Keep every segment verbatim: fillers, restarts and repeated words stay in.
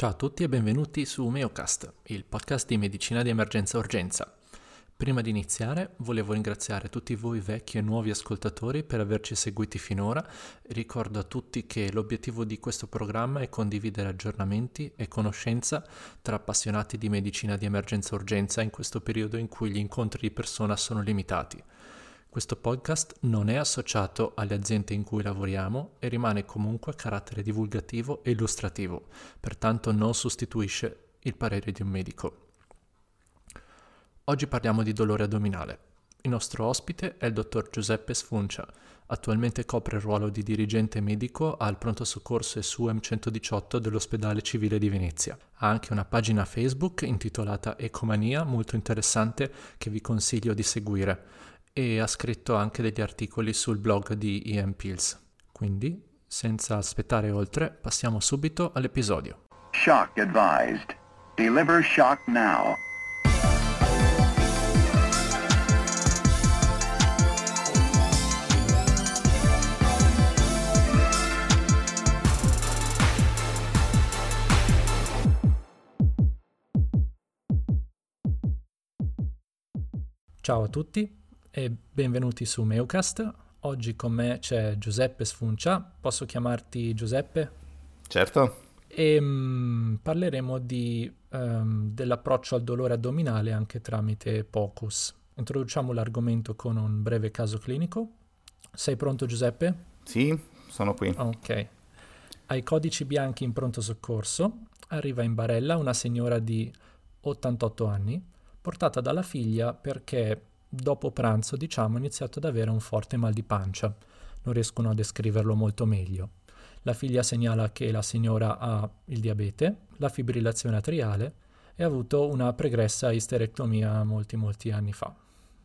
Ciao a tutti e benvenuti su Meocast, il podcast di medicina di emergenza urgenza. Prima di iniziare volevo ringraziare tutti voi vecchi e nuovi ascoltatori per averci seguiti finora. Ricordo a tutti che l'obiettivo di questo programma è condividere aggiornamenti e conoscenza tra appassionati di medicina di emergenza urgenza in questo periodo in cui gli incontri di persona sono limitati. Questo podcast non è associato alle aziende in cui lavoriamo e rimane comunque a carattere divulgativo e illustrativo, pertanto non sostituisce il parere di un medico. Oggi parliamo di dolore addominale. Il nostro ospite è il dottor Giuseppe Sfuncia, attualmente copre il ruolo di dirigente medico al pronto soccorso S U E M centodiciotto dell'Ospedale Civile di Venezia. Ha anche una pagina Facebook intitolata Ecomania, molto interessante, che vi consiglio di seguire. E ha scritto anche degli articoli sul blog di E M Pills. Quindi, senza aspettare oltre, passiamo subito all'episodio. Shock advised. Deliver shock now. Ciao a tutti e benvenuti su Meocast. Oggi con me c'è Giuseppe Sfuncia. Posso chiamarti Giuseppe? Certo. E mh, parleremo di, um, dell'approccio al dolore addominale anche tramite P O C U S. Introduciamo l'argomento con un breve caso clinico. Sei pronto, Giuseppe? Sì, sono qui. Ok. Ai codici bianchi in pronto soccorso arriva in barella una signora di ottantotto anni portata dalla figlia perché dopo pranzo, diciamo, ha iniziato ad avere un forte mal di pancia. Non riescono a descriverlo molto meglio. La figlia segnala che la signora ha il diabete, la fibrillazione atriale e ha avuto una pregressa isterectomia molti molti anni fa.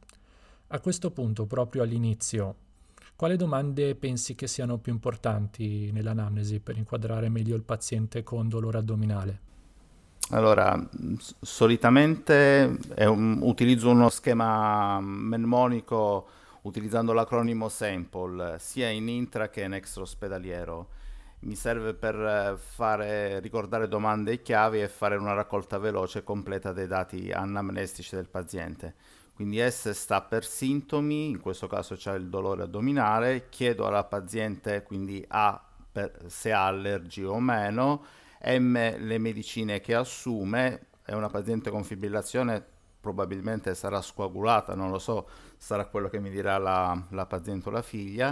A questo punto, proprio all'inizio, quali domande pensi che siano più importanti nell'anamnesi per inquadrare meglio il paziente con dolore addominale? Allora, s- solitamente è un- utilizzo uno schema mnemonico utilizzando l'acronimo SAMPLE, sia in intra che in extraospedaliero. Mi serve per eh, fare, ricordare domande chiavi e fare una raccolta veloce e completa dei dati anamnestici del paziente. Quindi S sta per sintomi, in questo caso c'è il dolore addominale, chiedo alla paziente quindi A per, se ha allergie o meno, M le medicine che assume. È una paziente con fibrillazione, probabilmente sarà scoagulata, non lo so, sarà quello che mi dirà la, la paziente o la figlia.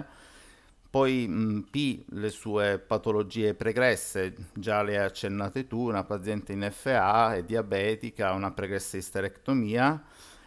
Poi mh, P le sue patologie pregresse, già le hai accennate tu, una paziente in F A, è diabetica, una pregressa isterectomia.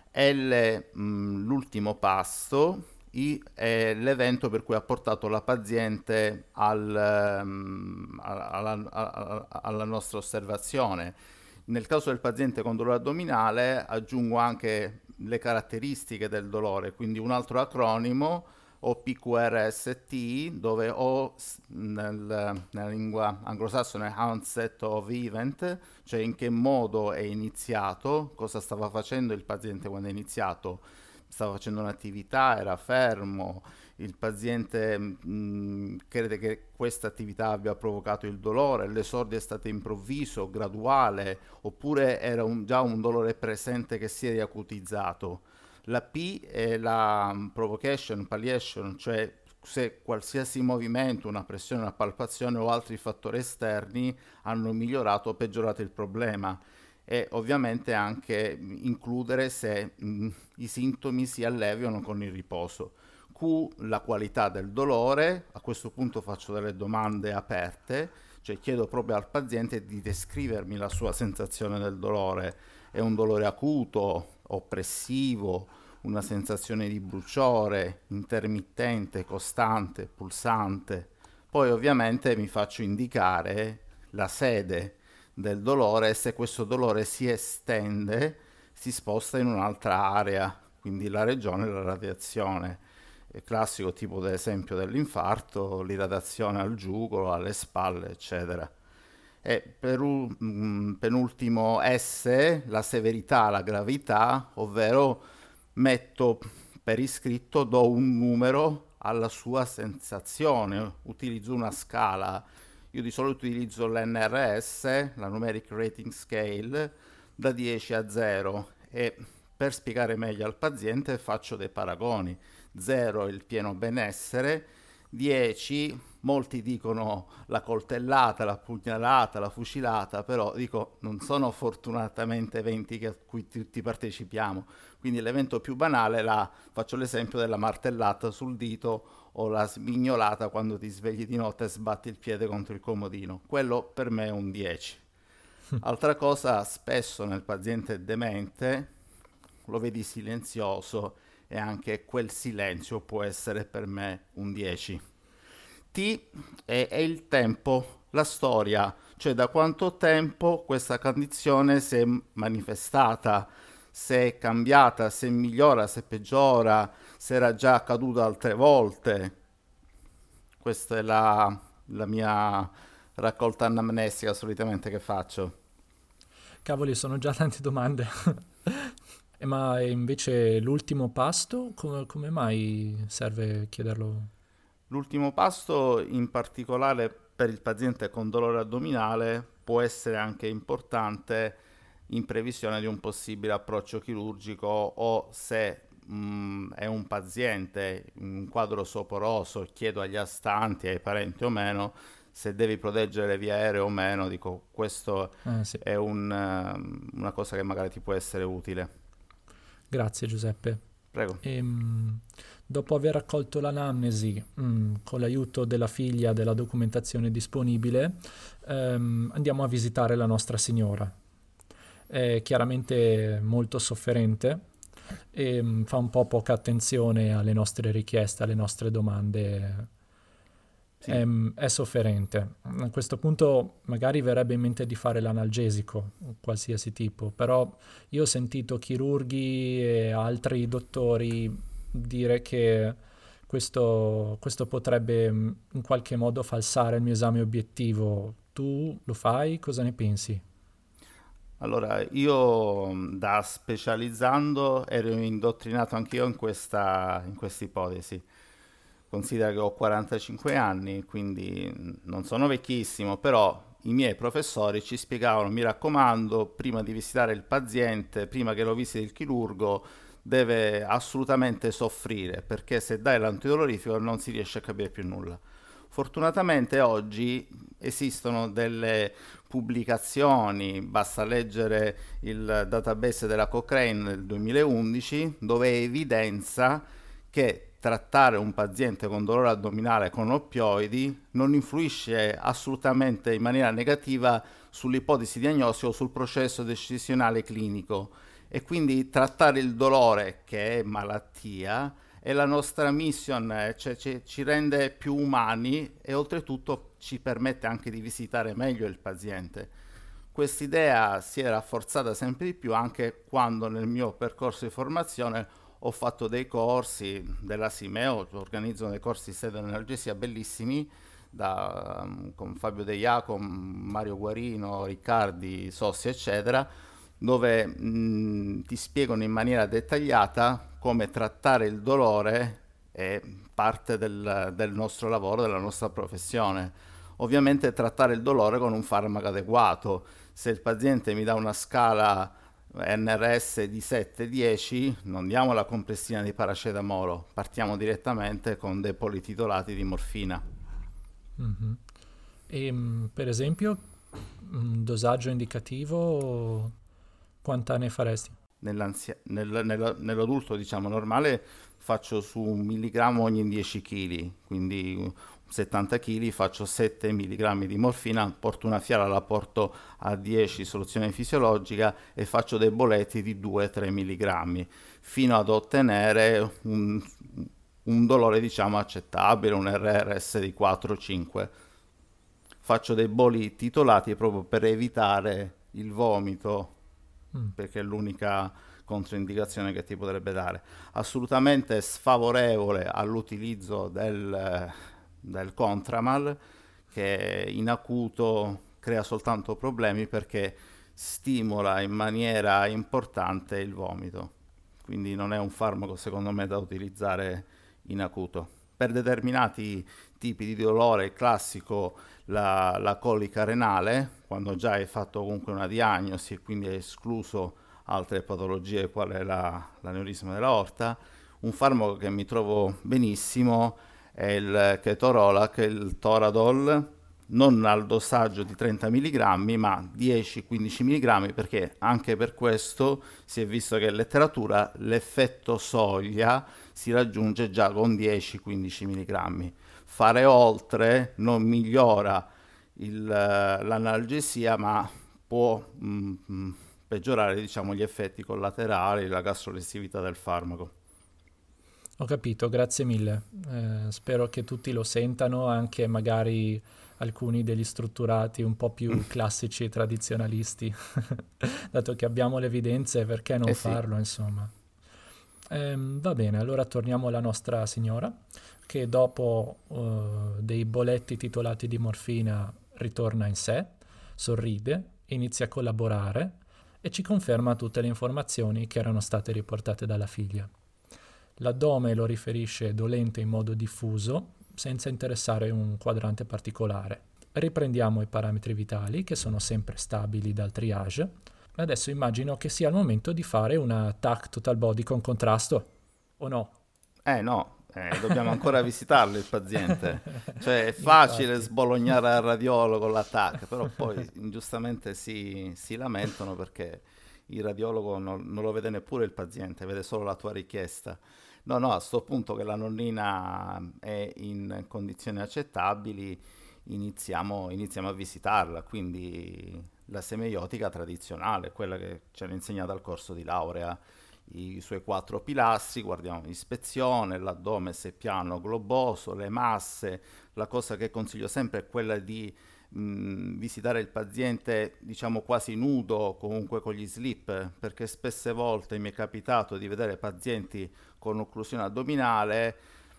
L mh, l'ultimo passo. I è l'evento per cui ha portato la paziente al, um, alla, alla, alla nostra osservazione. Nel caso del paziente con dolore addominale aggiungo anche le caratteristiche del dolore, quindi un altro acronimo, O P Q R S T, dove O nel, nella lingua anglosassone onset of event, cioè in che modo è iniziato, cosa stava facendo il paziente quando è iniziato. Stava facendo un'attività, era fermo, il paziente mh, crede che questa attività abbia provocato il dolore, l'esordio è stato improvviso, graduale, oppure era un, già un dolore presente che si è riacutizzato. La P è la um, provocation, palliation, cioè se qualsiasi movimento, una pressione, una palpazione o altri fattori esterni hanno migliorato o peggiorato il problema. E ovviamente anche includere se mh, i sintomi si alleviano con il riposo. Q, la qualità del dolore. A questo punto faccio delle domande aperte, cioè chiedo proprio al paziente di descrivermi la sua sensazione del dolore. È un dolore acuto, oppressivo, una sensazione di bruciore, intermittente, costante, pulsante. Poi ovviamente mi faccio indicare la sede del dolore e se questo dolore si estende si sposta in un'altra area, quindi la regione e la radiazione. Il classico tipo ad esempio dell'infarto, l'irradiazione al giugolo, alle spalle, eccetera. E per un mm, penultimo S, la severità, la gravità, ovvero metto per iscritto, do un numero alla sua sensazione, utilizzo una scala. Io di solito utilizzo l'N R S, la Numeric Rating Scale, da dieci a zero, e per spiegare meglio al paziente faccio dei paragoni. zero il pieno benessere, dieci molti dicono la coltellata, la pugnalata, la fucilata, però dico non sono fortunatamente eventi a cui tutti partecipiamo, quindi l'evento più banale, la, faccio l'esempio della martellata sul dito o la smignolata quando ti svegli di notte e sbatti il piede contro il comodino. Quello per me è un dieci. Altra cosa, spesso nel paziente demente lo vedi silenzioso e anche quel silenzio può essere per me un dieci. T è, è il tempo, la storia, cioè da quanto tempo questa condizione si è manifestata, se è cambiata, se migliora, se peggiora, se era già accaduto altre volte. Questa è la, la mia raccolta anamnestica solitamente che faccio. Cavoli, sono già tante domande. E ma invece l'ultimo pasto, come, come mai serve chiederlo? L'ultimo pasto, in particolare per il paziente con dolore addominale, può essere anche importante in previsione di un possibile approccio chirurgico o se mh, è un paziente in un quadro soporoso, chiedo agli astanti, ai parenti o meno, se devi proteggere le vie aeree o meno, dico questo Ah, sì. è un, uh, una cosa che magari ti può essere utile. Grazie Giuseppe. Prego. Ehm, dopo aver raccolto l'anamnesi, mm, con l'aiuto della figlia della documentazione disponibile, ehm, andiamo a visitare la nostra signora. È chiaramente molto sofferente e mm, fa un po' poca attenzione alle nostre richieste, alle nostre domande. Sì. È, è sofferente. A questo punto magari verrebbe in mente di fare l'analgesico, qualsiasi tipo, però io ho sentito chirurghi e altri dottori dire che questo, questo potrebbe mh, in qualche modo falsare il mio esame obiettivo. Tu lo fai? Cosa ne pensi? Allora, io mh, da specializzando ero indottrinato anch'io in questa, in questa ipotesi. Considera che ho quarantacinque anni, quindi mh, non sono vecchissimo, però i miei professori ci spiegavano, mi raccomando, prima di visitare il paziente, prima che lo visiti il chirurgo, deve assolutamente soffrire, perché se dai l'antidolorifico non si riesce a capire più nulla. Fortunatamente oggi esistono delle pubblicazioni, basta leggere il database della Cochrane del duemilaundici, dove evidenza che trattare un paziente con dolore addominale con oppioidi non influisce assolutamente in maniera negativa sull'ipotesi diagnostica o sul processo decisionale clinico, e quindi trattare il dolore, che è malattia, è la nostra mission, eh, cioè ci, ci rende più umani e oltretutto ci permette anche di visitare meglio il paziente. Quest'idea si è rafforzata sempre di più anche quando nel mio percorso di formazione ho fatto dei corsi della Simeo, organizzo dei corsi di analgesia bellissimi da, um, con Fabio De Iaco, Mario Guarino, Riccardi, Sossi, eccetera, dove mh, ti spiegano in maniera dettagliata come trattare il dolore è parte del, del nostro lavoro, della nostra professione. Ovviamente trattare il dolore con un farmaco adeguato. Se il paziente mi dà una scala N R S di sette dieci, non diamo la compressina di paracetamolo, partiamo direttamente con dei polititolati di morfina. Mhm. E mh, per esempio, un dosaggio indicativo, quanta ne faresti? Nell'anzia- nel- nello- nell'adulto, diciamo, normale faccio su un milligrammo ogni dieci chili, quindi settanta chili faccio sette milligrammi di morfina, porto una fiala, la porto a dieci soluzione fisiologica e faccio dei boletti di due tre milligrammi fino ad ottenere un, un dolore, diciamo, accettabile, un R R S di quattro cinque. Faccio dei boli titolati proprio per evitare il vomito, Mm. perché è l'unica controindicazione che ti potrebbe dare. Assolutamente sfavorevole all'utilizzo del, del Contramal, che in acuto crea soltanto problemi perché stimola in maniera importante il vomito. Quindi non è un farmaco, secondo me, da utilizzare in acuto. Per determinati tipi di dolore, il classico, la, la colica renale, quando già hai fatto comunque una diagnosi e quindi hai escluso altre patologie quale la, l'aneurisma dell'aorta. Un farmaco che mi trovo benissimo è il ketorolac, il Toradol, non al dosaggio di trenta milligrammi ma dieci quindici milligrammi, perché anche per questo si è visto che in letteratura l'effetto soglia si raggiunge già con dieci quindici milligrammi. Fare oltre non migliora il, l'analgesia, ma può mh, peggiorare, diciamo, gli effetti collaterali, la gastrolesività del farmaco. Ho capito, grazie mille. Eh, spero che tutti lo sentano, anche magari alcuni degli strutturati un po' più classici e tradizionalisti. Dato che abbiamo le evidenze, perché non Eh sì. farlo, insomma. Ehm, va bene, allora torniamo alla nostra signora, che dopo eh, dei boletti titolati di morfina ritorna in sé, sorride, inizia a collaborare e ci conferma tutte le informazioni che erano state riportate dalla figlia. L'addome lo riferisce dolente in modo diffuso, senza interessare un quadrante particolare. Riprendiamo i parametri vitali, che sono sempre stabili dal triage. Adesso immagino che sia il momento di fare una T A C total body con contrasto, o no? Eh no, eh, dobbiamo ancora visitarlo il paziente. Cioè è facile Infatti. sbolognare al radiologo la T A C, però poi ingiustamente si, si lamentano perché il radiologo non, non lo vede neppure il paziente, vede solo la tua richiesta. No, no, a sto punto che la nonnina è in condizioni accettabili, iniziamo, iniziamo a visitarla, quindi la semeiotica tradizionale, quella che ci hanno insegnato al corso di laurea, i suoi quattro pilastri, guardiamo l'ispezione, l'addome se piano globoso, le masse. La cosa che consiglio sempre è quella di mh, visitare il paziente, diciamo, quasi nudo, comunque con gli slip, perché spesse volte mi è capitato di vedere pazienti con occlusione addominale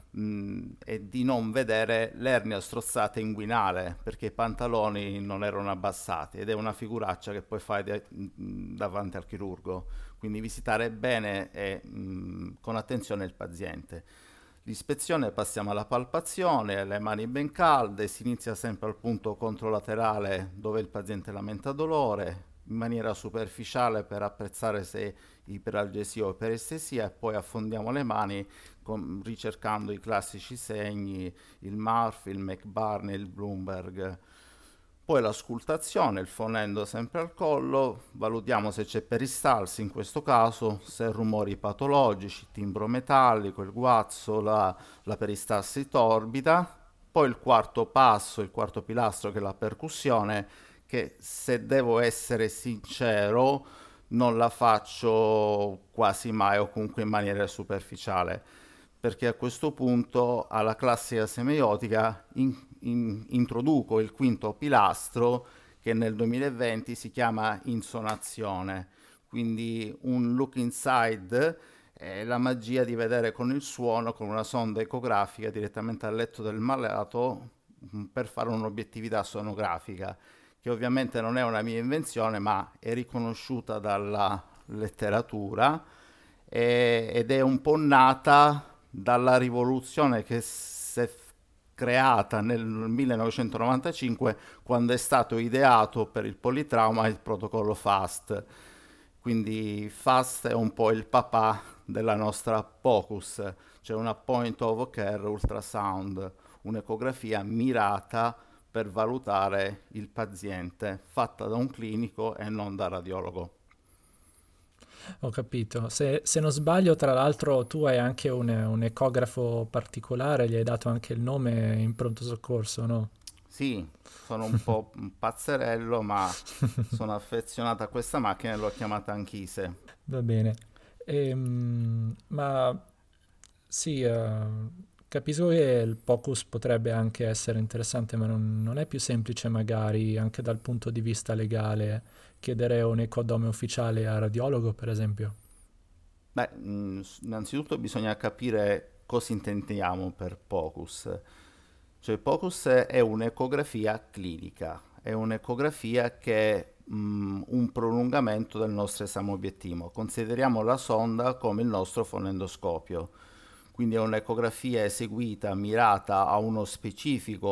mh, e di non vedere l'ernia strozzata inguinale, perché i pantaloni non erano abbassati, ed è una figuraccia che poi fai de- mh, davanti al chirurgo. Quindi visitare bene e mh, con attenzione il paziente. L'ispezione, passiamo alla palpazione, le mani ben calde, si inizia sempre al punto controlaterale dove il paziente lamenta dolore, in maniera superficiale per apprezzare se iperalgesia o iperestesia, e poi affondiamo le mani con, ricercando i classici segni, il Murphy, il McBurney, il Bloomberg. Poi l'auscultazione, il fonendo sempre al collo, valutiamo se c'è peristalsi in questo caso, se rumori patologici, timbro metallico, il guazzo, la, la peristalsi torbida. Poi il quarto passo, il quarto pilastro, che è la percussione, che se devo essere sincero non la faccio quasi mai o comunque in maniera superficiale, perché a questo punto alla classica semeiotica in, in, introduco il quinto pilastro, che nel duemilaventi si chiama insonazione, quindi un look inside è la magia di vedere con il suono, con una sonda ecografica direttamente al letto del malato mh, per fare un'obiettività sonografica, che ovviamente non è una mia invenzione ma è riconosciuta dalla letteratura e, ed è un po' nata dalla rivoluzione che si è creata nel millenovecentonovantacinque, quando è stato ideato per il politrauma il protocollo FAST. Quindi FAST è un po' il papà della nostra POCUS, cioè una point of care ultrasound, un'ecografia mirata per valutare il paziente, fatta da un clinico e non da radiologo. Ho capito. Se, se non sbaglio, tra l'altro, tu hai anche un, un ecografo particolare, gli hai dato anche il nome in pronto soccorso, no? Sì, sono un po' un pazzerello, ma sono affezionato a questa macchina e l'ho chiamata Anchise. Va bene. Ehm, ma sì, eh, capisco che il POCUS potrebbe anche essere interessante, ma non, non è più semplice magari anche dal punto di vista legale chiedere un ecoaddome ufficiale al radiologo, per esempio. Beh, mh, s- innanzitutto bisogna capire cosa intendiamo per POCUS. Cioè, POCUS è un'ecografia clinica, è un'ecografia che è mh, un prolungamento del nostro esame obiettivo. Consideriamo la sonda come il nostro fonendoscopio, quindi è un'ecografia eseguita, mirata a uno specifico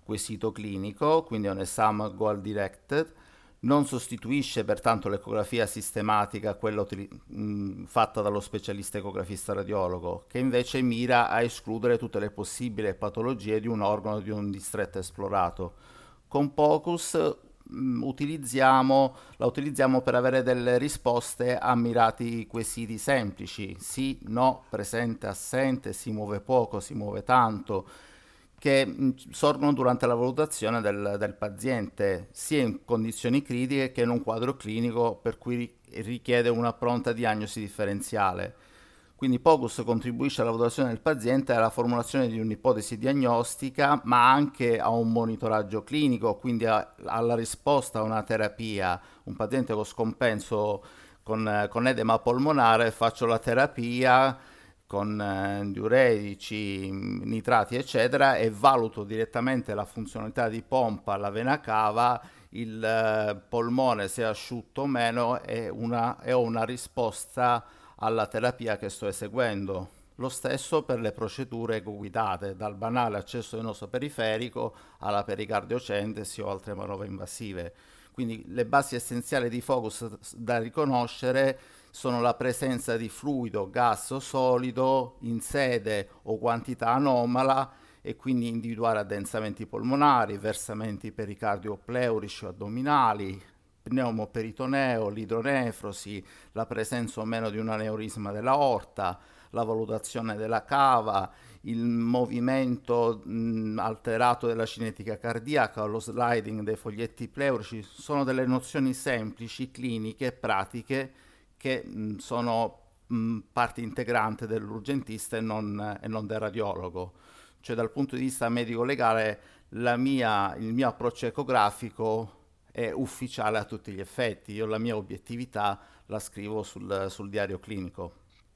quesito clinico, quindi è un esame goal directed, non sostituisce pertanto l'ecografia sistematica, quella utili- mh, fatta dallo specialista ecografista radiologo, che invece mira a escludere tutte le possibili patologie di un organo di un distretto esplorato. Con POCUS mh, utilizziamo, la utilizziamo per avere delle risposte a mirati quesiti semplici, sì, no, presente, assente, si muove poco, si muove tanto, che mh, sorgono durante la valutazione del, del paziente, sia in condizioni critiche che in un quadro clinico per cui ri- richiede una pronta diagnosi differenziale. Quindi POCUS contribuisce alla valutazione del paziente e alla formulazione di un'ipotesi diagnostica, ma anche a un monitoraggio clinico, quindi a- alla risposta a una terapia. Un paziente con scompenso con, con edema polmonare, faccio la terapia con eh, diuretici, nitrati, eccetera, e valuto direttamente la funzionalità di pompa alla vena cava, il eh, polmone se è asciutto o meno, e, una, e ho una risposta alla terapia che sto eseguendo. Lo stesso per le procedure ecoguidate, dal banale accesso venoso periferico alla pericardiocentesi o altre manovre invasive. Quindi le basi essenziali di focus da riconoscere sono la presenza di fluido, gas o solido in sede o quantità anomala, e quindi individuare addensamenti polmonari, versamenti pericardio-pleurici o addominali, pneumoperitoneo, l'idronefrosi, la presenza o meno di un aneurisma dell'aorta, la valutazione della cava, il movimento mh, alterato della cinetica cardiaca, lo sliding dei foglietti pleurici. Sono delle nozioni semplici, cliniche e pratiche che mh, sono mh, parte integrante dell'urgentista e non, e non del radiologo. Cioè dal punto di vista medico-legale la mia, il mio approccio ecografico è ufficiale a tutti gli effetti. Io la mia obiettività la scrivo sul, sul diario clinico.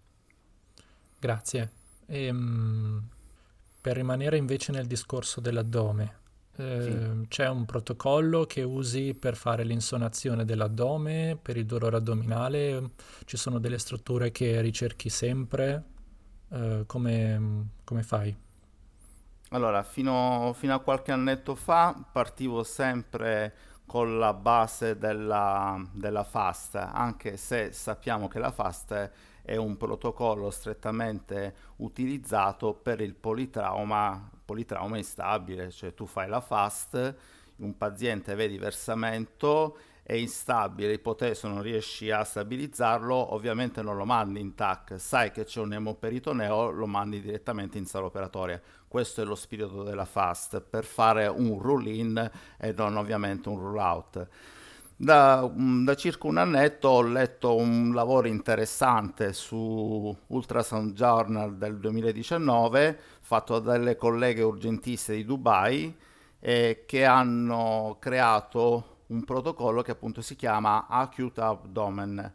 Grazie. Ehm, per rimanere invece nel discorso dell'addome, Sì. ehm, c'è un protocollo che usi per fare l'insonazione dell'addome, per il dolore addominale? Ci sono delle strutture che ricerchi sempre? Eh, come, come fai? Allora, fino, fino a qualche annetto fa partivo sempre con la base della, della FAST, anche se sappiamo che la FAST è un protocollo strettamente utilizzato per il politrauma, politrauma instabile, cioè tu fai la FAST, un paziente vedi versamento, è instabile, ipoteso non riesci a stabilizzarlo, ovviamente non lo mandi in T A C, sai che c'è un emoperitoneo, lo mandi direttamente in sala operatoria. Questo è lo spirito della FAST, per fare un roll-in e non ovviamente un roll-out. Da, da circa un annetto ho letto un lavoro interessante su Ultrasound Journal del duemiladiciannove, fatto dalle colleghe urgentiste di Dubai, eh, che hanno creato un protocollo che appunto si chiama Acute Abdomen,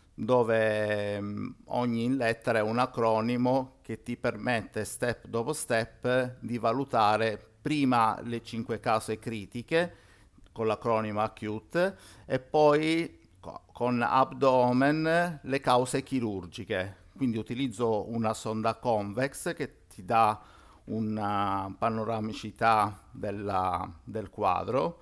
dove mh, ogni lettera è un acronimo che ti permette step dopo step di valutare prima le cinque cause critiche con l'acronimo acute e poi co- con abdomen le cause chirurgiche. Quindi utilizzo una sonda convex che ti dà una panoramicità della- del quadro,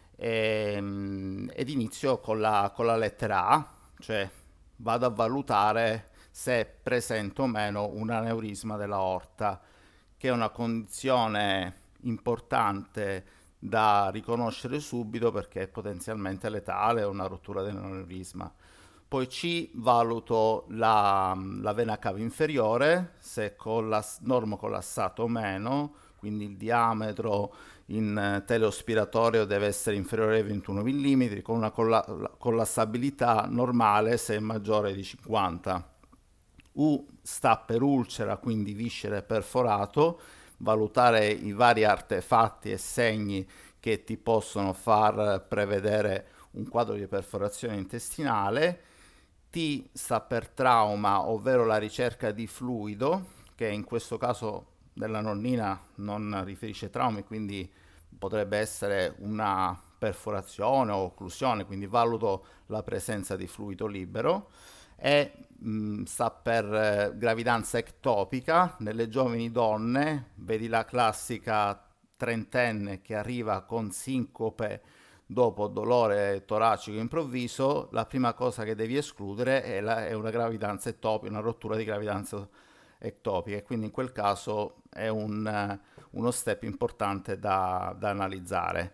e, ed inizio con la, con la lettera A, cioè vado a valutare se è presente o meno un aneurisma dell'aorta, che è una condizione importante da riconoscere subito perché è potenzialmente letale, è una rottura dell'aneurisma. Poi C, valuto la, la vena cava inferiore, se è collass- normocollassato o meno, quindi il diametro in eh, teleospiratorio deve essere inferiore ai ventuno millimetri, con una colla- collassabilità normale se è maggiore di cinquanta. U sta per ulcera, quindi viscere perforato, valutare i vari artefatti e segni che ti possono far prevedere un quadro di perforazione intestinale. T sta per trauma, ovvero la ricerca di fluido, che in questo caso della nonnina non riferisce traumi, quindi potrebbe essere una perforazione o occlusione, quindi valuto la presenza di fluido libero. E mh, sta per eh, gravidanza ectopica nelle giovani donne, vedi la classica trentenne che arriva con sincope dopo dolore toracico improvviso, la prima cosa che devi escludere è, la, è una gravidanza ectopica, una rottura di gravidanza ectopica, e quindi in quel caso è un, uno step importante da, da analizzare.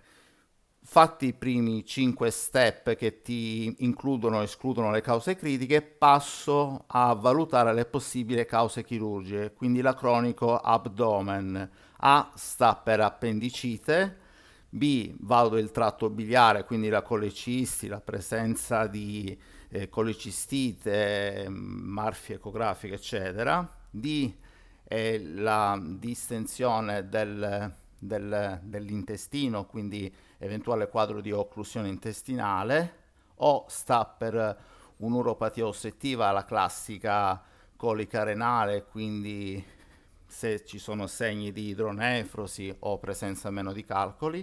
Fatti i primi cinque step che ti includono e escludono le cause critiche, passo a valutare le possibili cause chirurgiche, quindi l'acronico abdomen. A sta per appendicite, B valuto il tratto biliare, quindi la colecisti, la presenza di eh, colecistite, marfi ecografiche, eccetera. D è la distensione del, del, dell'intestino, quindi eventuale quadro di occlusione intestinale. O sta per un'uropatia ossessiva, la classica colica renale, quindi se ci sono segni di idronefrosi o presenza meno di calcoli.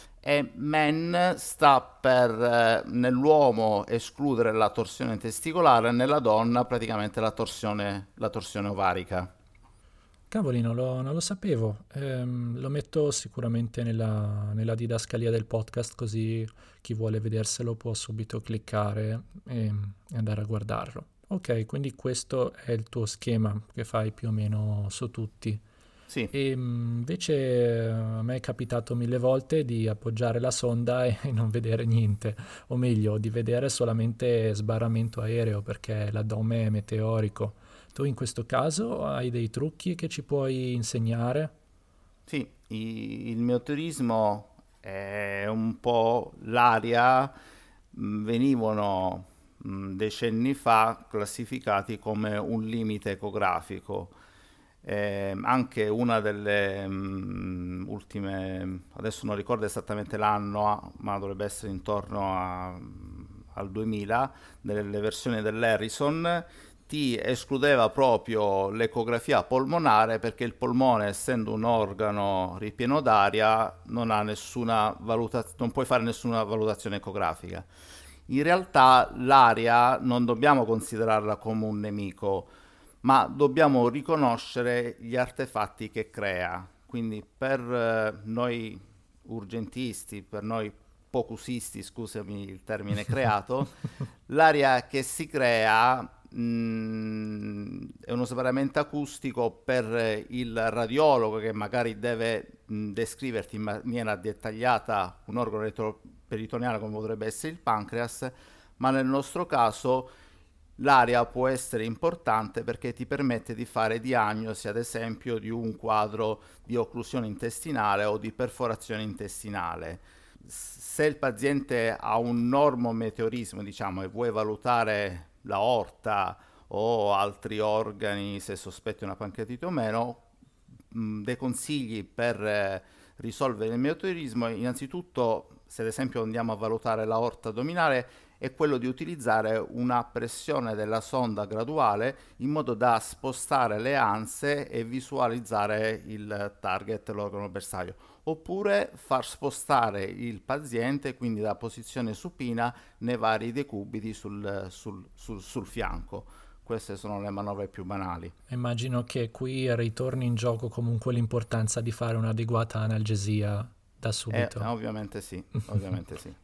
E men sta per eh, nell'uomo escludere la torsione testicolare, nella donna praticamente la torsione, la torsione ovarica. Cavoli, non lo, non lo sapevo. Ehm, lo metto sicuramente nella, nella didascalia del podcast, così chi vuole vederselo può subito cliccare e, e andare a guardarlo. Ok, quindi questo è il tuo schema che fai più o meno su tutti. Sì. E invece a me è capitato mille volte di appoggiare la sonda e non vedere niente, o meglio, di vedere solamente sbarramento aereo perché l'addome è meteorico. Tu in questo caso hai dei trucchi che ci puoi insegnare? Sì, i- il meteorismo è un po' l'aria, mh, venivano mh, decenni fa classificati come un limite ecografico. Eh, anche una delle mh, ultime, adesso non ricordo esattamente l'anno, ma dovrebbe essere intorno a- al duemila, delle versioni dell'Harrison, ti escludeva proprio l'ecografia polmonare perché il polmone, essendo un organo ripieno d'aria, non ha nessuna valutaz- non puoi fare nessuna valutazione ecografica. In realtà l'aria non dobbiamo considerarla come un nemico, ma dobbiamo riconoscere gli artefatti che crea. Quindi per eh, noi urgentisti, per noi pocusisti, scusami il termine creato, l'aria che si crea mh, è uno separamento acustico per il radiologo che magari deve mh, descriverti in maniera dettagliata un organo retroperitoneale come potrebbe essere il pancreas, ma nel nostro caso l'aria può essere importante perché ti permette di fare diagnosi, ad esempio, di un quadro di occlusione intestinale o di perforazione intestinale. Se il paziente ha un normometeorismo, diciamo, e vuoi valutare l'aorta o altri organi, se sospetti una pancreatite o meno, mh, dei consigli per eh, risolvere il meteorismo, innanzitutto, se ad esempio andiamo a valutare l'aorta addominale, è quello di utilizzare una pressione della sonda graduale in modo da spostare le anse e visualizzare il target, l'organo bersaglio, oppure far spostare il paziente, quindi da posizione supina, nei vari decubiti sul, sul, sul, sul fianco. Queste sono le manovre più banali. Immagino che qui ritorni in gioco comunque l'importanza di fare un'adeguata analgesia da Eh, subito. ovviamente sì, ovviamente sì.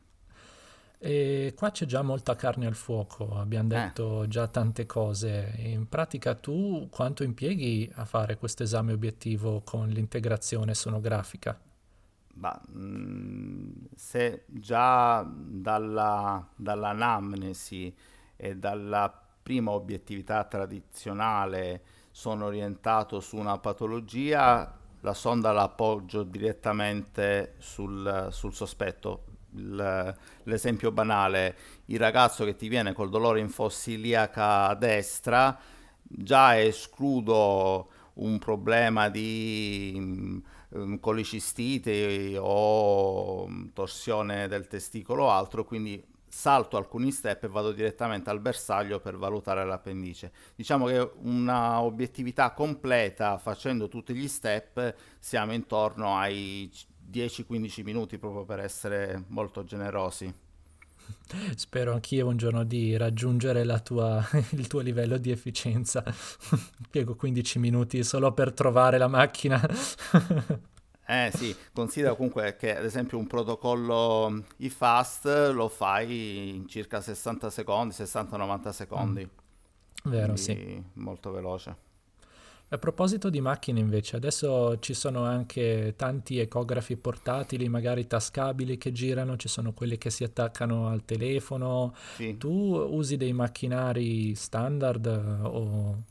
E qua c'è già molta carne al fuoco, abbiamo Eh. detto già tante cose. In pratica tu quanto impieghi a fare questo esame obiettivo con l'integrazione sonografica? Ma, mh, se già dalla, dall'anamnesi e dalla prima obiettività tradizionale sono orientato su una patologia, la sonda la appoggio direttamente sul, sul sospetto. Il- l'esempio banale, il ragazzo che ti viene col dolore in fossa iliaca a destra, già escludo un problema di mh, colicistite o mh, torsione del testicolo o altro, quindi salto alcuni step e vado direttamente al bersaglio per valutare l'appendice. Diciamo che una obiettività completa facendo tutti gli step siamo intorno ai dieci quindici minuti, proprio per essere molto generosi. Spero anch'io un giorno di raggiungere la tua, il tuo livello di efficienza. Piego quindici minuti solo per trovare la macchina. Eh sì, considera comunque che ad esempio un protocollo i-fast lo fai in circa sessanta secondi, sessanta novanta Mm, secondi, vero, sì. quindi molto veloce. A proposito di macchine invece, adesso ci sono anche tanti ecografi portatili, magari tascabili che girano, ci sono quelli che si attaccano al telefono. Sì. Tu usi dei macchinari standard eh, o,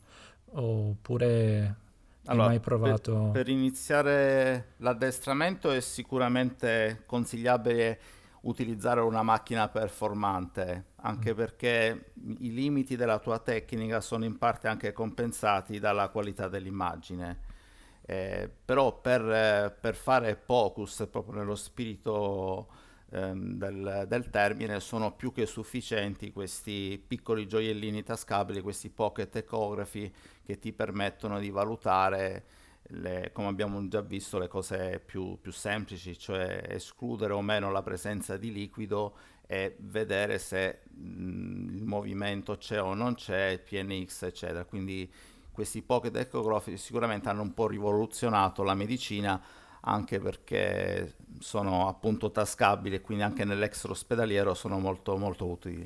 oppure hai Allora, mai per, provato? per iniziare l'addestramento è sicuramente consigliabile utilizzare una macchina performante, Mm. anche perché i limiti della tua tecnica sono in parte anche compensati dalla qualità dell'immagine. Eh, però per, eh, per fare Pocus, proprio nello spirito ehm, del, del termine, sono più che sufficienti questi piccoli gioiellini tascabili, questi pocket ecografi che ti permettono di valutare, le- come abbiamo già visto, le cose più, più semplici, cioè escludere o meno la presenza di liquido e vedere se mh, il movimento c'è o non c'è, il P N X, eccetera. Quindi questi pocket ecografi sicuramente hanno un po' rivoluzionato la medicina, anche perché sono appunto tascabili e quindi anche nell'extra ospedaliero sono molto molto utili.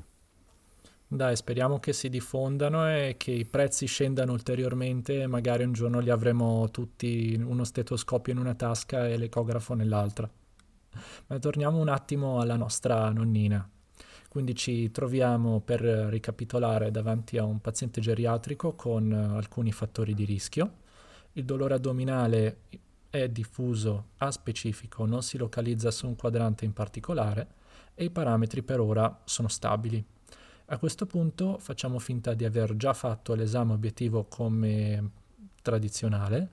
Dai, speriamo che si diffondano e che i prezzi scendano ulteriormente e magari un giorno li avremo tutti uno stetoscopio in una tasca e l'ecografo nell'altra. Ma torniamo un attimo alla nostra nonnina. Quindi ci troviamo per ricapitolare davanti a un paziente geriatrico con eh, alcuni fattori di rischio. Il dolore addominale è diffuso, aspecifico, non si localizza su un quadrante in particolare e i parametri per ora sono stabili. A questo punto facciamo finta di aver già fatto l'esame obiettivo come tradizionale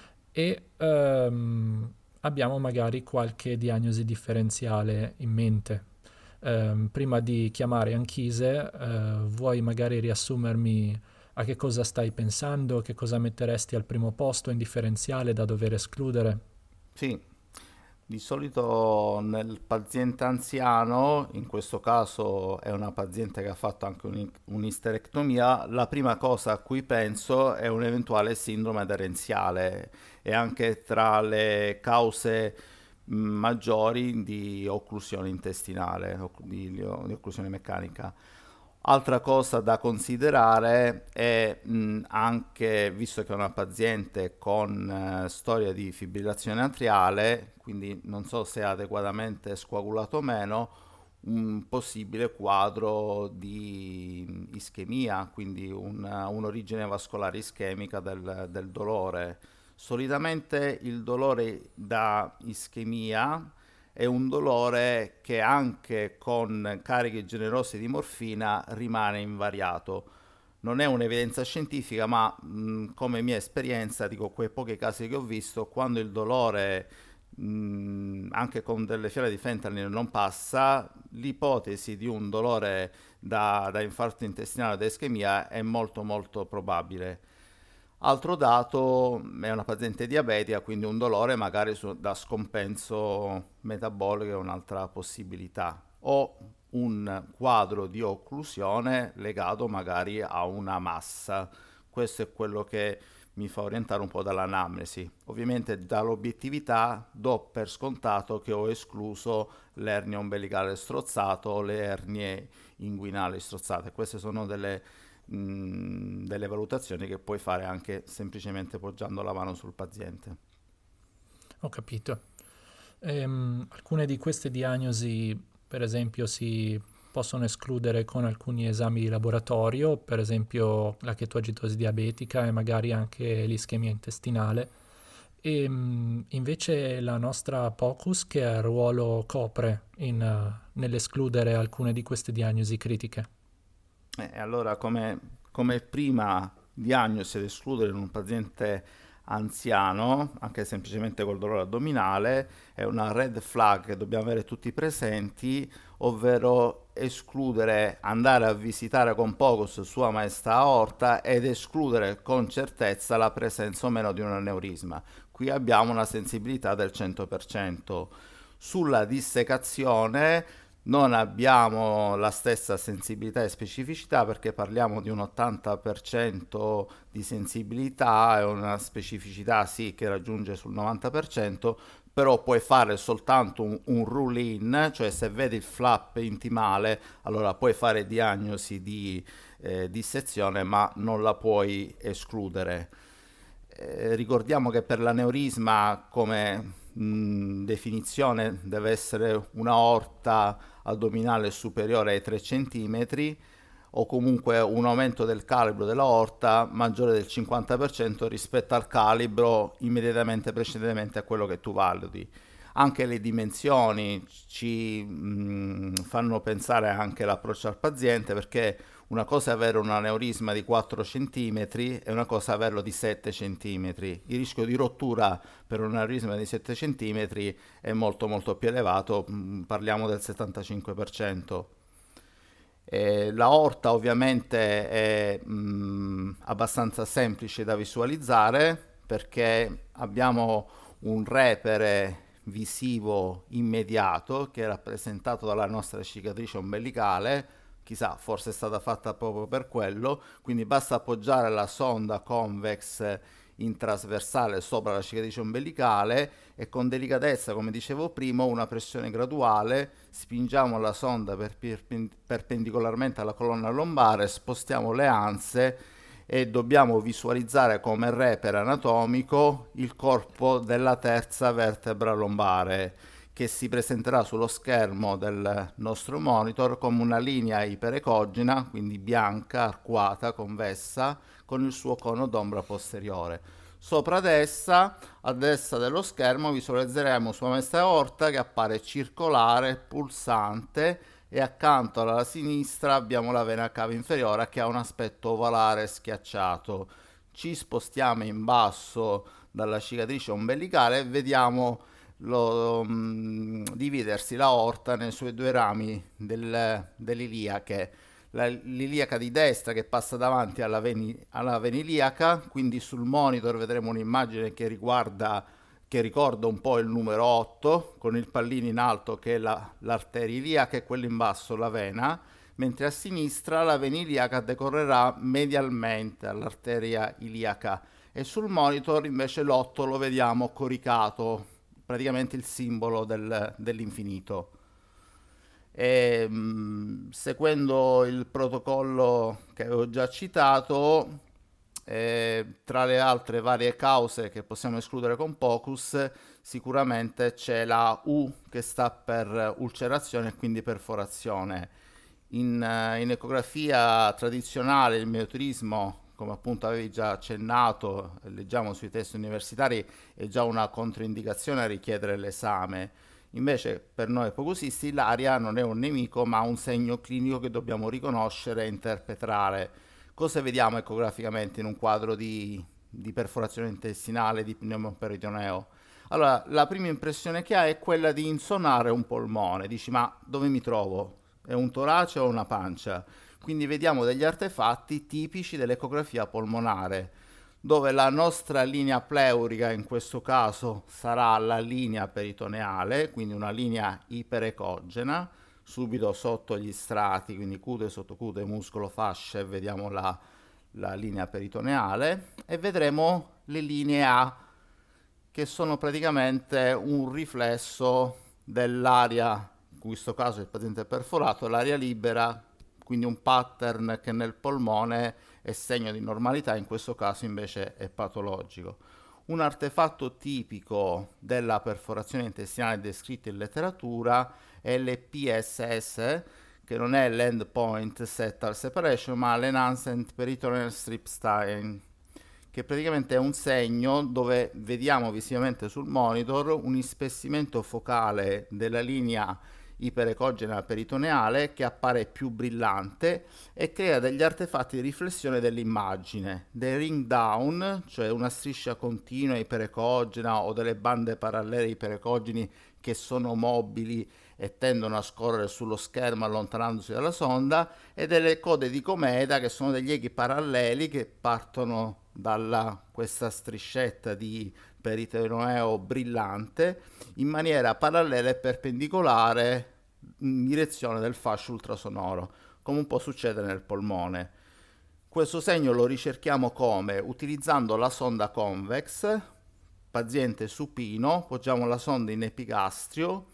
e ehm, abbiamo magari qualche diagnosi differenziale in mente. Ehm, prima di chiamare Anchise, eh, vuoi magari riassumermi a che cosa stai pensando, che cosa metteresti al primo posto in differenziale da dover escludere? Sì, di solito nel paziente anziano, in questo caso è una paziente che ha fatto anche un- un'isterectomia, la prima cosa a cui penso è un'eventuale sindrome aderenziale e anche tra le cause mh, maggiori di occlusione intestinale, oc- di, di occlusione meccanica. Altra cosa da considerare è mh, anche, visto che è una paziente con eh, storia di fibrillazione atriale, quindi non so se è adeguatamente scoagulato o meno, un possibile quadro di ischemia, quindi una- un'origine vascolare ischemica del, del dolore. Solitamente il dolore da ischemia è un dolore che anche con cariche generose di morfina rimane invariato. Non è un'evidenza scientifica, ma mh, come mia esperienza, dico, quei pochi casi che ho visto, quando il dolore mh, anche con delle fiale di fentanyl non passa, l'ipotesi di un dolore da, da infarto intestinale o da ischemia è molto molto probabile. Altro dato è una paziente diabetica, quindi un dolore magari su- da scompenso metabolico è un'altra possibilità. O un quadro di occlusione legato magari a una massa. Questo è quello che mi fa orientare un po' dall'anamnesi. Ovviamente dall'obiettività do per scontato che ho escluso l'ernia ombelicale strozzato o le ernie inguinali strozzate. Queste sono delle mh, delle valutazioni che puoi fare anche semplicemente poggiando la mano sul paziente. Ho capito. Ehm, alcune di queste diagnosi, per esempio, si possono escludere con alcuni esami di laboratorio, per esempio la chetoagitosi diabetica e magari anche l'ischemia intestinale. E mh, invece la nostra POCUS che ruolo copre in, eh, nell'escludere alcune di queste diagnosi critiche? E allora, come, come prima diagnosi ed escludere in un paziente anziano, anche semplicemente col dolore addominale, è una red flag che dobbiamo avere tutti presenti, ovvero escludere, andare a visitare con Pocus Sua Maestà Aorta ed escludere con certezza la presenza o meno di un aneurisma. Qui abbiamo una sensibilità del cento per cento. Sulla dissecazione non abbiamo la stessa sensibilità e specificità, perché parliamo di un ottanta per cento di sensibilità e una specificità sì che raggiunge sul novanta per cento, però puoi fare soltanto un, un rule in, cioè se vedi il flap intimale allora puoi fare diagnosi di eh, dissezione, ma non la puoi escludere. Eh, ricordiamo che per l'aneurisma come mh, definizione deve essere una aorta addominale superiore ai tre centimetri o comunque un aumento del calibro dell'aorta maggiore del cinquanta per cento rispetto al calibro immediatamente precedente a quello che tu valuti. Anche le dimensioni ci mh, fanno pensare anche all'approccio al paziente, perché una cosa è avere un aneurisma di quattro centimetri e una cosa è averlo di sette centimetri. Il rischio di rottura per un aneurisma di sette centimetri è molto molto più elevato, mh, parliamo del settantacinque per cento. Eh, l'aorta ovviamente è mh, abbastanza semplice da visualizzare, perché abbiamo un repere visivo immediato che è rappresentato dalla nostra cicatrice ombelicale. Chissà, forse è stata fatta proprio per quello, quindi basta appoggiare la sonda convex in trasversale sopra la cicatrice ombelicale e con delicatezza, come dicevo prima, una pressione graduale, spingiamo la sonda per perpendicolarmente alla colonna lombare, spostiamo le anse e dobbiamo visualizzare come repere anatomico il corpo della terza vertebra lombare, che si presenterà sullo schermo del nostro monitor come una linea iperecogena, quindi bianca, arcuata, convessa, con il suo cono d'ombra posteriore. Sopra ad essa, a destra dello schermo, visualizzeremo sua maestra aorta che appare circolare, pulsante, e accanto alla sinistra abbiamo la vena cava inferiore che ha un aspetto ovalare schiacciato. Ci spostiamo in basso dalla cicatrice ombelicale e vediamo lo, mh, dividersi l'aorta nei suoi due rami del, dell'iliache. La, l'iliaca di destra che passa davanti alla, veni, alla vena iliaca, quindi sul monitor vedremo un'immagine che riguarda che ricorda un po' il numero otto, con il pallino in alto che è la, l'arteria iliaca e quello in basso la vena, mentre a sinistra la vena iliaca decorrerà medialmente all'arteria iliaca e sul monitor invece l'otto lo vediamo coricato, praticamente il simbolo del, dell'infinito. E, mh, seguendo il protocollo che avevo già citato, eh, tra le altre varie cause che possiamo escludere con POCUS, sicuramente c'è la U che sta per ulcerazione e quindi perforazione. In, uh, in ecografia tradizionale il meioturismo, come appunto avevi già accennato, leggiamo sui testi universitari, è già una controindicazione a richiedere l'esame. Invece per noi pocusisti l'aria non è un nemico ma un segno clinico che dobbiamo riconoscere e interpretare. Cosa vediamo ecograficamente in un quadro di, di perforazione intestinale, di pneumoperitoneo? Allora, la prima impressione che ha è quella di insonare un polmone. Dici, ma dove mi trovo? È un torace o una pancia? Quindi vediamo degli artefatti tipici dell'ecografia polmonare, dove la nostra linea pleurica in questo caso sarà la linea peritoneale, quindi una linea iperecogena, subito sotto gli strati, quindi cute, sottocute, muscolo, fascia, e vediamo la, la linea peritoneale, e vedremo le linee A, che sono praticamente un riflesso dell'area, in questo caso il paziente è perforato, l'aria libera, quindi un pattern che nel polmone è segno di normalità, in questo caso invece è patologico. Un artefatto tipico della perforazione intestinale descritto in letteratura è l'E P S S, che non è l'Endpoint Septal Separation, ma l'Enhanced Peritoneal Strip Stain, che praticamente è un segno dove vediamo visivamente sul monitor un ispessimento focale della linea iperecogena peritoneale che appare più brillante e crea degli artefatti di riflessione dell'immagine, dei ring down, cioè una striscia continua iperecogena o delle bande parallele iperecogeni che sono mobili e tendono a scorrere sullo schermo allontanandosi dalla sonda, e delle code di cometa che sono degli eghi paralleli che partono dalla questa striscetta di peritoneo brillante in maniera parallela e perpendicolare in direzione del fascio ultrasonoro, come un po' succede nel polmone. Questo segno lo ricerchiamo come? Utilizzando la sonda convex, paziente supino, poggiamo la sonda in epigastrio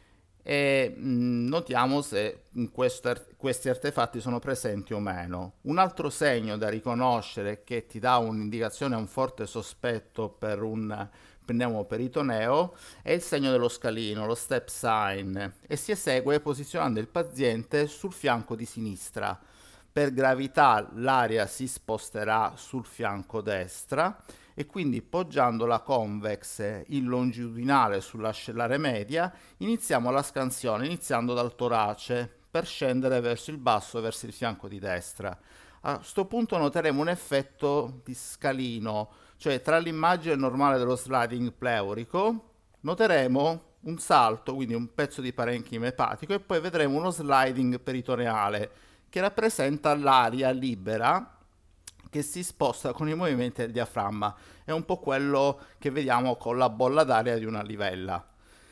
e mh, notiamo se questo, questi artefatti sono presenti o meno. Un altro segno da riconoscere che ti dà un'indicazione, un forte sospetto per un pneumoperitoneo è il segno dello scalino, lo step sign, e si esegue posizionando il paziente sul fianco di sinistra. Per gravità l'aria si sposterà sul fianco destra e quindi poggiando la convex in longitudinale sull'ascellare media iniziamo la scansione, iniziando dal torace per scendere verso il basso, verso il fianco di destra. A questo punto noteremo un effetto di scalino, cioè tra l'immagine normale dello sliding pleurico noteremo un salto, quindi un pezzo di parenchima epatico, e poi vedremo uno sliding peritoneale che rappresenta l'aria libera che si sposta con i movimenti del diaframma. È un po' quello che vediamo con la bolla d'aria di una livella.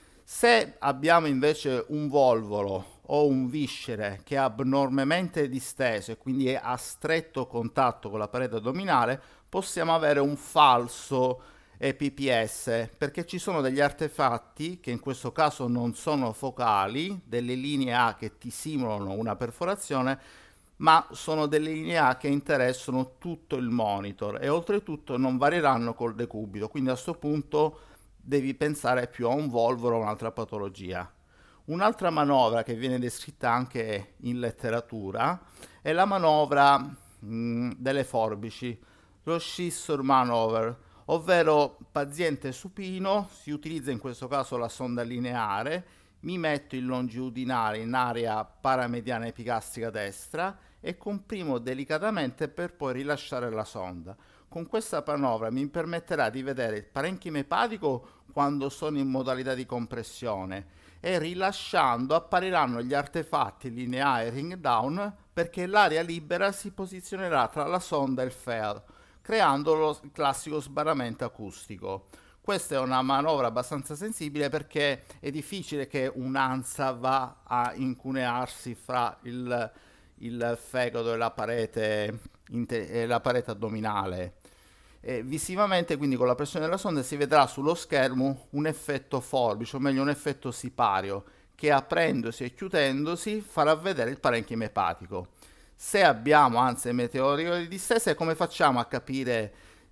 Se abbiamo invece un volvolo o un viscere che è abnormemente disteso e quindi è a stretto contatto con la parete addominale, possiamo avere un falso E P P S, perché ci sono degli artefatti che in questo caso non sono focali, delle linee A che ti simulano una perforazione, ma sono delle linee A che interessano tutto il monitor e oltretutto non varieranno col decubito, quindi a questo punto devi pensare più a un volvolo o un'altra patologia. Un'altra manovra che viene descritta anche in letteratura è la manovra mh, delle forbici, lo scissor manover, ovvero paziente supino, si utilizza in questo caso la sonda lineare, mi metto in longitudinale in area paramediana epigastrica destra e comprimo delicatamente per poi rilasciare la sonda. Con questa manovra mi permetterà di vedere il parenchima epatico quando sono in modalità di compressione e rilasciando appariranno gli artefatti lineari ring down perché l'area libera si posizionerà tra la sonda e il fail, creando lo classico sbarramento acustico. Questa è una manovra abbastanza sensibile perché è difficile che un'ansa va a incunearsi fra il, il fegato e la parete, e la parete addominale. E visivamente, quindi con la pressione della sonda, si vedrà sullo schermo un effetto forbice, o meglio un effetto sipario, che aprendosi e chiudendosi farà vedere il parenchima epatico. Se abbiamo ansie meteoriche distese, come facciamo a capire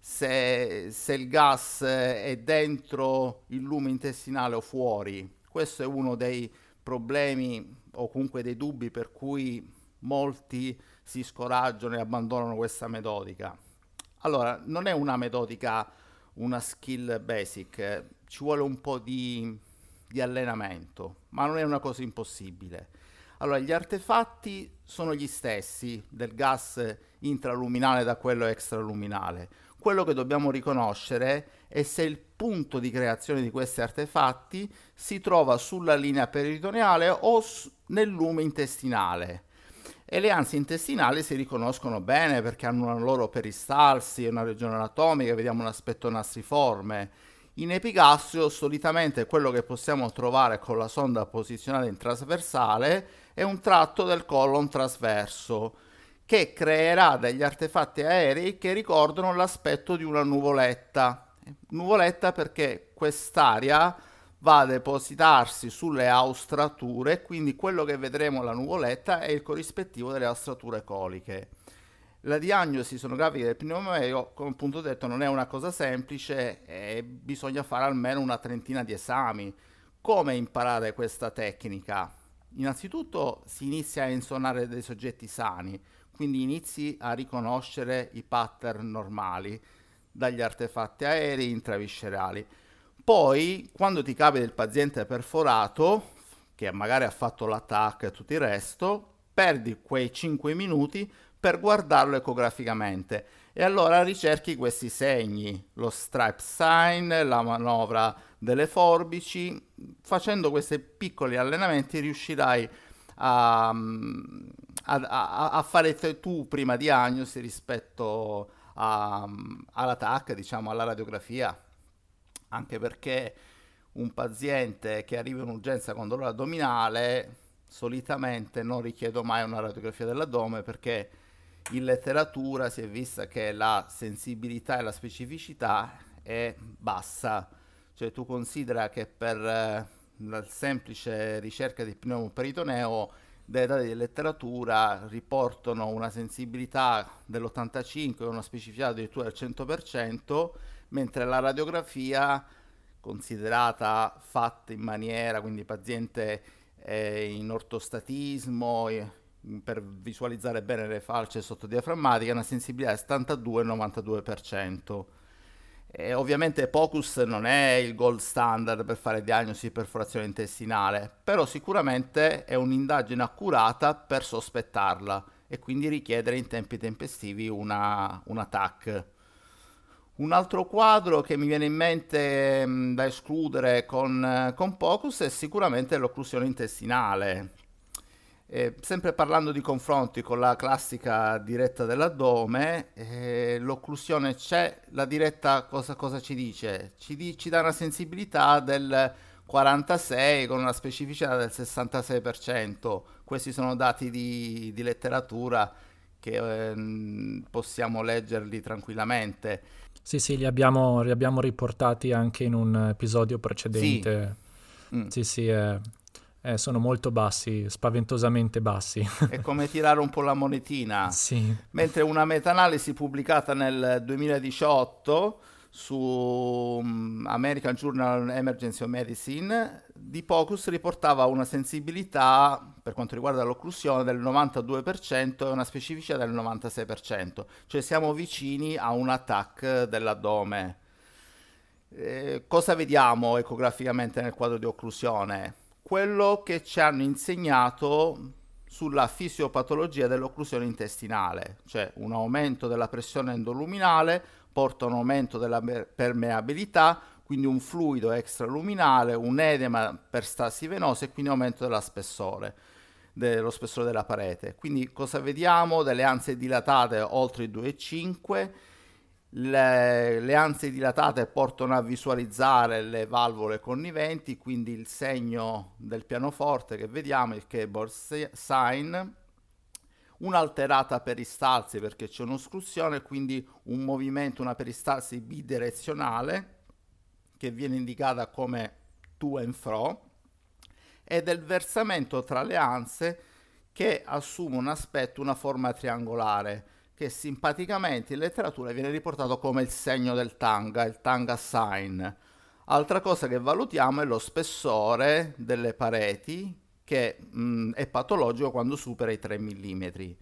se, se il gas è dentro il lume intestinale o fuori? Questo è uno dei problemi o comunque dei dubbi per cui molti si scoraggiano e abbandonano questa metodica. Allora, non è una metodica, una skill basic, ci vuole un po' di, di allenamento, ma non è una cosa impossibile. Allora, gli artefatti sono gli stessi del gas intraluminale da quello extraluminale. Quello che dobbiamo riconoscere è se il punto di creazione di questi artefatti si trova sulla linea peritoneale o su, nel lume intestinale. E le ansie intestinali si riconoscono bene perché hanno una loro peristalsi, una regione anatomica, vediamo un aspetto nastriforme. In epigastrio solitamente quello che possiamo trovare con la sonda posizionata in trasversale è un tratto del colon trasverso che creerà degli artefatti aerei che ricordano l'aspetto di una nuvoletta. Nuvoletta perché quest'area va a depositarsi sulle austrature, quindi quello che vedremo alla nuvoletta è il corrispettivo delle austrature coliche. La diagnosi sonografica del pneumomeo, come appunto detto, non è una cosa semplice e bisogna fare almeno una trentina di esami. Come imparare questa tecnica? Innanzitutto si inizia a insonare dei soggetti sani, quindi inizi a riconoscere i pattern normali dagli artefatti aerei intraviscerali. Poi, quando ti capita il paziente perforato, che magari ha fatto l'attacco e tutto il resto, perdi quei cinque minuti per guardarlo ecograficamente e allora ricerchi questi segni, lo stripe sign, la manovra delle forbici. Facendo questi piccoli allenamenti riuscirai a, a, a, a fare tu prima diagnosi rispetto a, alla T A C, diciamo alla radiografia, anche perché un paziente che arriva in urgenza con dolore addominale solitamente non richiedo mai una radiografia dell'addome, perché in letteratura si è vista che la sensibilità e la specificità è bassa. Cioè tu considera che per eh, la semplice ricerca di pneumoperitoneo dei dati di letteratura riportano una sensibilità dell'ottantacinque e una specificità addirittura del cento per cento, mentre la radiografia, considerata fatta in maniera, quindi paziente eh, in ortostatismo, eh, per visualizzare bene le falce sottodiaframmatiche, ha una sensibilità di settantadue novantadue per cento. E ovviamente POCUS non è il gold standard per fare diagnosi di perforazione intestinale, però sicuramente è un'indagine accurata per sospettarla e quindi richiedere in tempi tempestivi una, una T A C. Un altro quadro che mi viene in mente mh, da escludere con, con POCUS è sicuramente l'occlusione intestinale. Eh, sempre parlando di confronti con la classica diretta dell'addome, eh, l'occlusione c'è, la diretta cosa, cosa ci dice? Ci, di, ci dà una sensibilità del quarantasei con una specificità del sessantasei per cento. Questi sono dati di, di letteratura che eh, possiamo leggerli tranquillamente. Sì, sì, li abbiamo, li abbiamo riportati anche in un episodio precedente. Sì, mm. sì, sì eh. Eh, sono molto bassi, spaventosamente bassi. È come tirare un po' la monetina. Sì. Mentre una meta-analisi pubblicata nel duemiladiciotto su um, American Journal Emergency of Medicine di POCUS riportava una sensibilità per quanto riguarda l'occlusione del novantadue per cento e una specificità del novantasei per cento. Cioè siamo vicini a un T A C dell'addome. Eh, cosa vediamo ecograficamente nel quadro di occlusione? Quello che ci hanno insegnato sulla fisiopatologia dell'occlusione intestinale, cioè un aumento della pressione endoluminale porta a un aumento della permeabilità, quindi un fluido extraluminale, un edema per stasi venosa e quindi aumento della spessore, dello spessore della parete. Quindi cosa vediamo? Delle anse dilatate oltre i due virgola cinque. Le, le anse dilatate portano a visualizzare le valvole conniventi, quindi il segno del pianoforte che vediamo, il keyboard sign, un'alterata peristalsi perché c'è un'ostruzione, quindi un movimento, una peristalsi bidirezionale che viene indicata come to and fro, e del versamento tra le anse che assume un aspetto, una forma triangolare, che simpaticamente in letteratura viene riportato come il segno del tanga, il tanga sign. Altra cosa che valutiamo è lo spessore delle pareti, che mh, è patologico quando supera i tre millimetri.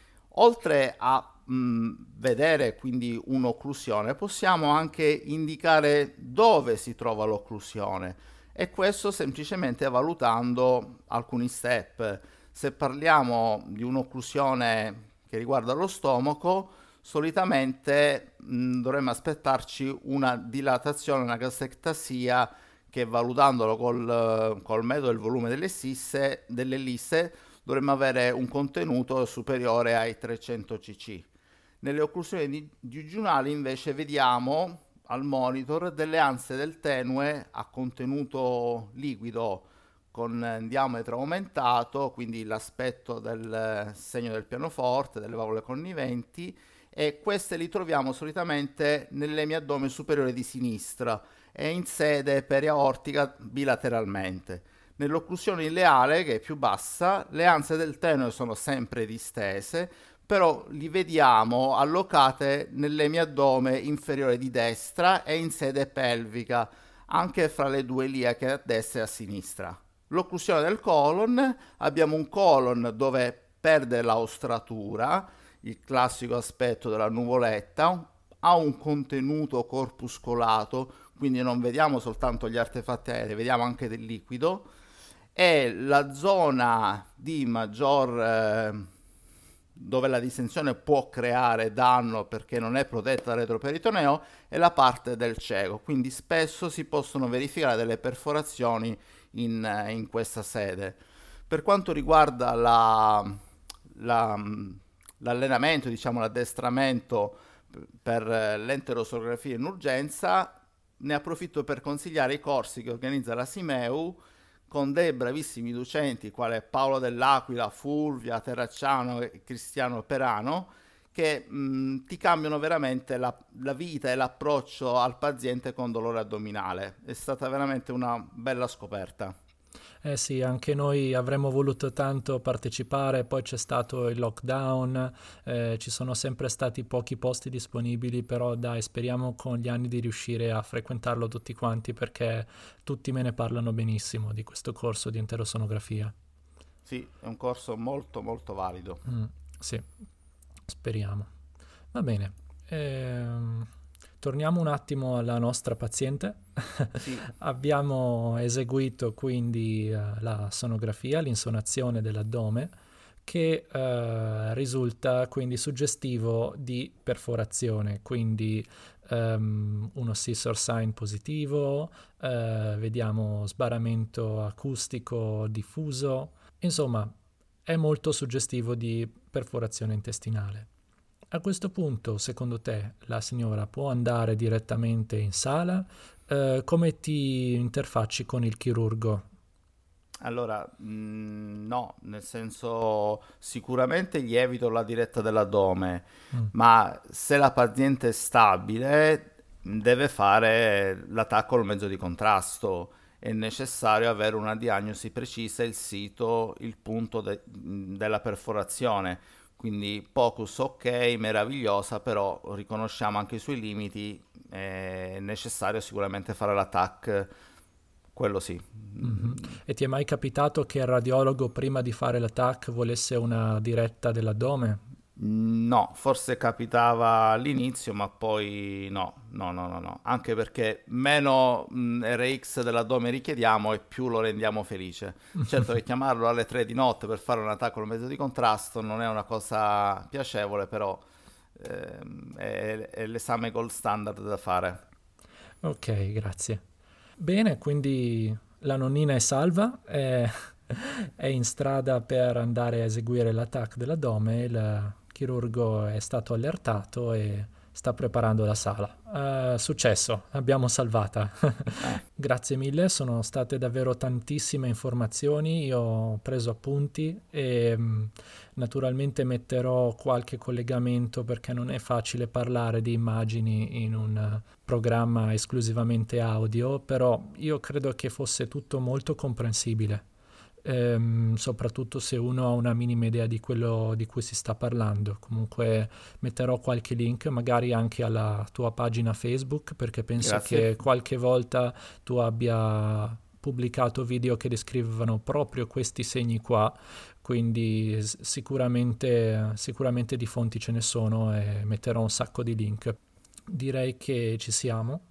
Oltre a mh, vedere quindi un'occlusione, possiamo anche indicare dove si trova l'occlusione, e questo semplicemente valutando alcuni step. Se parliamo di un'occlusione che riguarda lo stomaco, solitamente mh, dovremmo aspettarci una dilatazione, una gastrectasia, che valutandolo col, col metodo del volume delle sisse, delle lisse, dovremmo avere un contenuto superiore ai trecento cc. Nelle occlusioni digiunali invece vediamo al monitor delle anse del tenue a contenuto liquido con diametro aumentato, quindi l'aspetto del segno del pianoforte, delle valvole conniventi, e queste li troviamo solitamente nell'emiaddome superiore di sinistra e in sede periaortica bilateralmente. Nell'occlusione ileale, che è più bassa, le anse del tenue sono sempre distese, però li vediamo allocate nell'emiaddome inferiore di destra e in sede pelvica, anche fra le due iliache a destra e a sinistra. L'occlusione del colon, abbiamo un colon dove perde la ostratura, il classico aspetto della nuvoletta, ha un contenuto corpuscolato, quindi non vediamo soltanto gli artefatti aerei, vediamo anche del liquido, e la zona di maggior eh, dove la distensione può creare danno perché non è protetta dal retroperitoneo è la parte del cieco, quindi spesso si possono verificare delle perforazioni in, in questa sede. Per quanto riguarda la, la, l'allenamento, diciamo l'addestramento per l'enterosonografia in urgenza, ne approfitto per consigliare i corsi che organizza la Simeu, con dei bravissimi docenti quale Paolo Dell'Aquila, Fulvia Terracciano e Cristiano Perano, che mh, ti cambiano veramente la, la vita e l'approccio al paziente con dolore addominale. È stata veramente una bella scoperta. Eh sì, anche noi avremmo voluto tanto partecipare, poi c'è stato il lockdown, eh, ci sono sempre stati pochi posti disponibili, però dai, speriamo con gli anni di riuscire a frequentarlo tutti quanti, perché tutti me ne parlano benissimo di questo corso di enterosonografia. Sì, è un corso molto molto valido. Mm, sì, speriamo. Va bene. Ehm... Torniamo un attimo alla nostra paziente. Sì. Abbiamo eseguito quindi uh, la sonografia, l'insonazione dell'addome, che uh, risulta quindi suggestivo di perforazione, quindi um, uno scissor sign positivo, uh, vediamo sbarramento acustico diffuso, insomma è molto suggestivo di perforazione intestinale. A questo punto, secondo te, la signora può andare direttamente in sala? Eh, come ti interfacci con il chirurgo? Allora, mh, no, nel senso sicuramente gli evito la diretta dell'addome, mm. ma se la paziente è stabile deve fare l'attacco al mezzo di contrasto. È necessario avere una diagnosi precisa, il sito, il punto de- della perforazione. Quindi Pocus ok, meravigliosa, però riconosciamo anche i suoi limiti, è necessario sicuramente fare l'attack, quello sì. Mm-hmm. E ti è mai capitato che il radiologo prima di fare l'attack volesse una diretta dell'addome? No, forse capitava all'inizio, ma poi no, no, no, no, no. Anche perché meno mh, R X dell'addome richiediamo e più lo rendiamo felice. Certo che chiamarlo alle tre di notte per fare un attacco al mezzo di contrasto non è una cosa piacevole, però eh, è, è l'esame gold standard da fare. Ok, grazie. Bene, quindi la nonnina è salva, è, è in strada per andare a eseguire l'attacco dell'addome, il chirurgo è stato allertato e sta preparando la sala. Uh, successo, l'abbiamo salvata. Grazie mille, sono state davvero tantissime informazioni, io ho preso appunti e mh, naturalmente metterò qualche collegamento perché non è facile parlare di immagini in un uh, programma esclusivamente audio, però io credo che fosse tutto molto comprensibile. Ehm, soprattutto se uno ha una minima idea di quello di cui si sta parlando. Comunque metterò qualche link magari anche alla tua pagina Facebook, perché penso Grazie. che qualche volta tu abbia pubblicato video che descrivevano proprio questi segni qua, quindi sicuramente, sicuramente di fonti ce ne sono e metterò un sacco di link. Direi che ci siamo.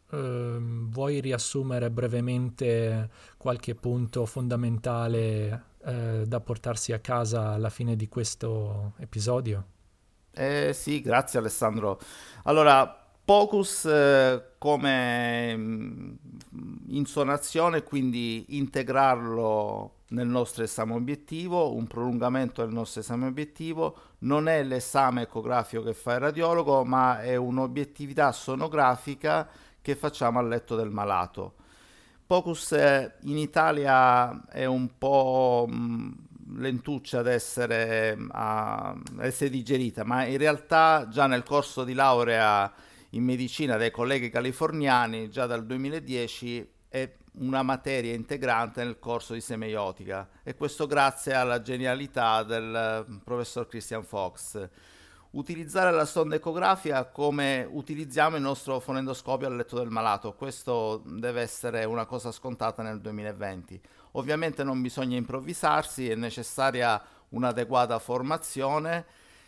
Uh, vuoi riassumere brevemente qualche punto fondamentale uh, da portarsi a casa alla fine di questo episodio? Eh, sì, grazie Alessandro. Allora, Pocus eh, come mh, insonazione, quindi integrarlo nel nostro esame obiettivo, un prolungamento del nostro esame obiettivo, non è l'esame ecografico che fa il radiologo, ma è un'obiettività sonografica che facciamo al letto del malato. Pocus eh, in Italia è un po' mh, lentuccia ad essere, a, ad essere digerita, ma in realtà già nel corso di laurea in medicina dai colleghi californiani, già dal duemiladieci, è una materia integrante nel corso di semeiotica, e questo grazie alla genialità del professor Christian Fox. Utilizzare la sonda ecografica come utilizziamo il nostro fonendoscopio al letto del malato, questo deve essere una cosa scontata nel duemilaventi. Ovviamente non bisogna improvvisarsi, è necessaria un'adeguata formazione.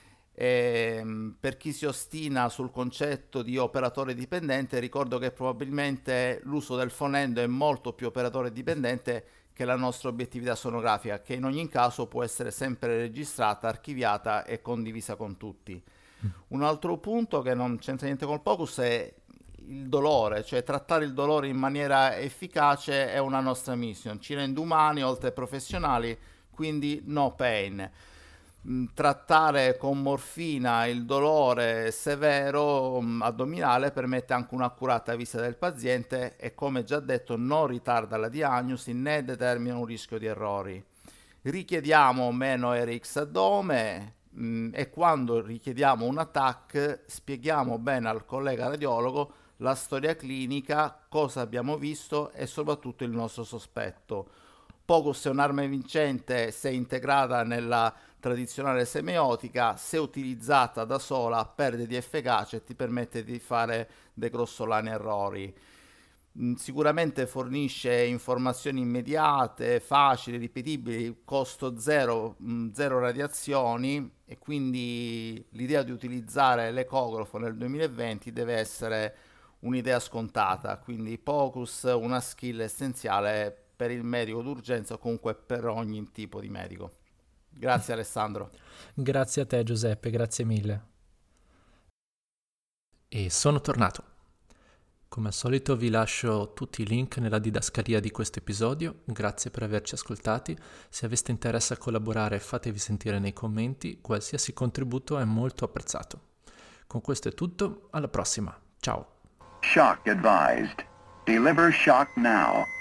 E per chi si ostina sul concetto di operatore dipendente, ricordo che probabilmente l'uso del fonendo è molto più operatore dipendente che la nostra obiettività sonografica, che in ogni caso può essere sempre registrata, archiviata e condivisa con tutti. Un altro punto che non c'entra niente col Pocus è il dolore, cioè trattare il dolore in maniera efficace è una nostra mission, ci rende umani oltre professionali, quindi no pain. trattare con morfina il dolore severo mh, addominale permette anche un'accurata visita del paziente e, come già detto, non ritarda la diagnosi né determina un rischio di errori. Richiediamo meno R X addome mh, e quando richiediamo un A T A C spieghiamo bene al collega radiologo la storia clinica, cosa abbiamo visto e soprattutto il nostro sospetto. POCUS è un'arma vincente se integrata nella tradizionale semiotica, se utilizzata da sola perde di efficacia e ti permette di fare dei grossolani errori. Mm, Sicuramente fornisce informazioni immediate, facili, ripetibili, costo zero, mm, zero radiazioni, e quindi l'idea di utilizzare l'ecografo nel duemilaventi deve essere un'idea scontata, quindi POCUS una skill essenziale per il medico d'urgenza o comunque per ogni tipo di medico. Grazie Alessandro. Grazie a te Giuseppe, grazie mille. E sono tornato. Come al solito vi lascio tutti i link nella didascalia di questo episodio, grazie per averci ascoltati. Se aveste interesse a collaborare fatevi sentire nei commenti, qualsiasi contributo è molto apprezzato. Con questo è tutto, alla prossima, ciao! Shock advised. Deliver shock now.